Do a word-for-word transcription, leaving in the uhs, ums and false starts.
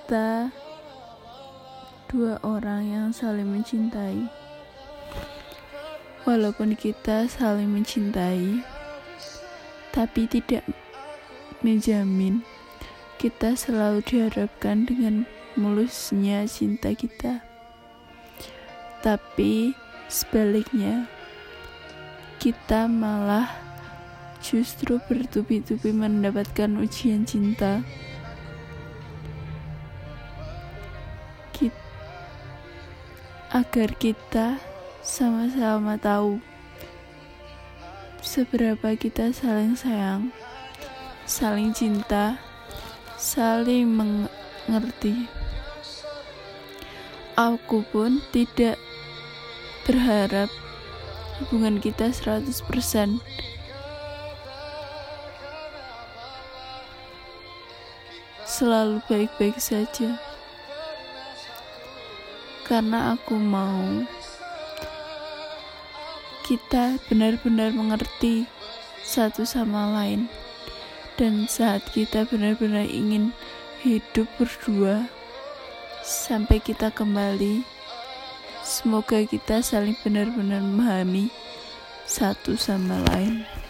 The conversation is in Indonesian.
kita dua orang yang saling mencintai. Walaupun kita saling mencintai, tapi tidak menjamin kita selalu diharapkan dengan mulusnya cinta kita. Tapi sebaliknya, kita malah justru bertubi-tubi mendapatkan ujian cinta. Kita, agar kita sama-sama tahu seberapa kita saling sayang, saling cinta, saling mengerti. Aku pun tidak berharap hubungan kita seratus persen selalu baik-baik saja, karena aku mau kita benar-benar mengerti satu sama lain. Dan saat kita benar-benar ingin hidup berdua sampai kita kembali, semoga kita saling benar-benar memahami satu sama lain.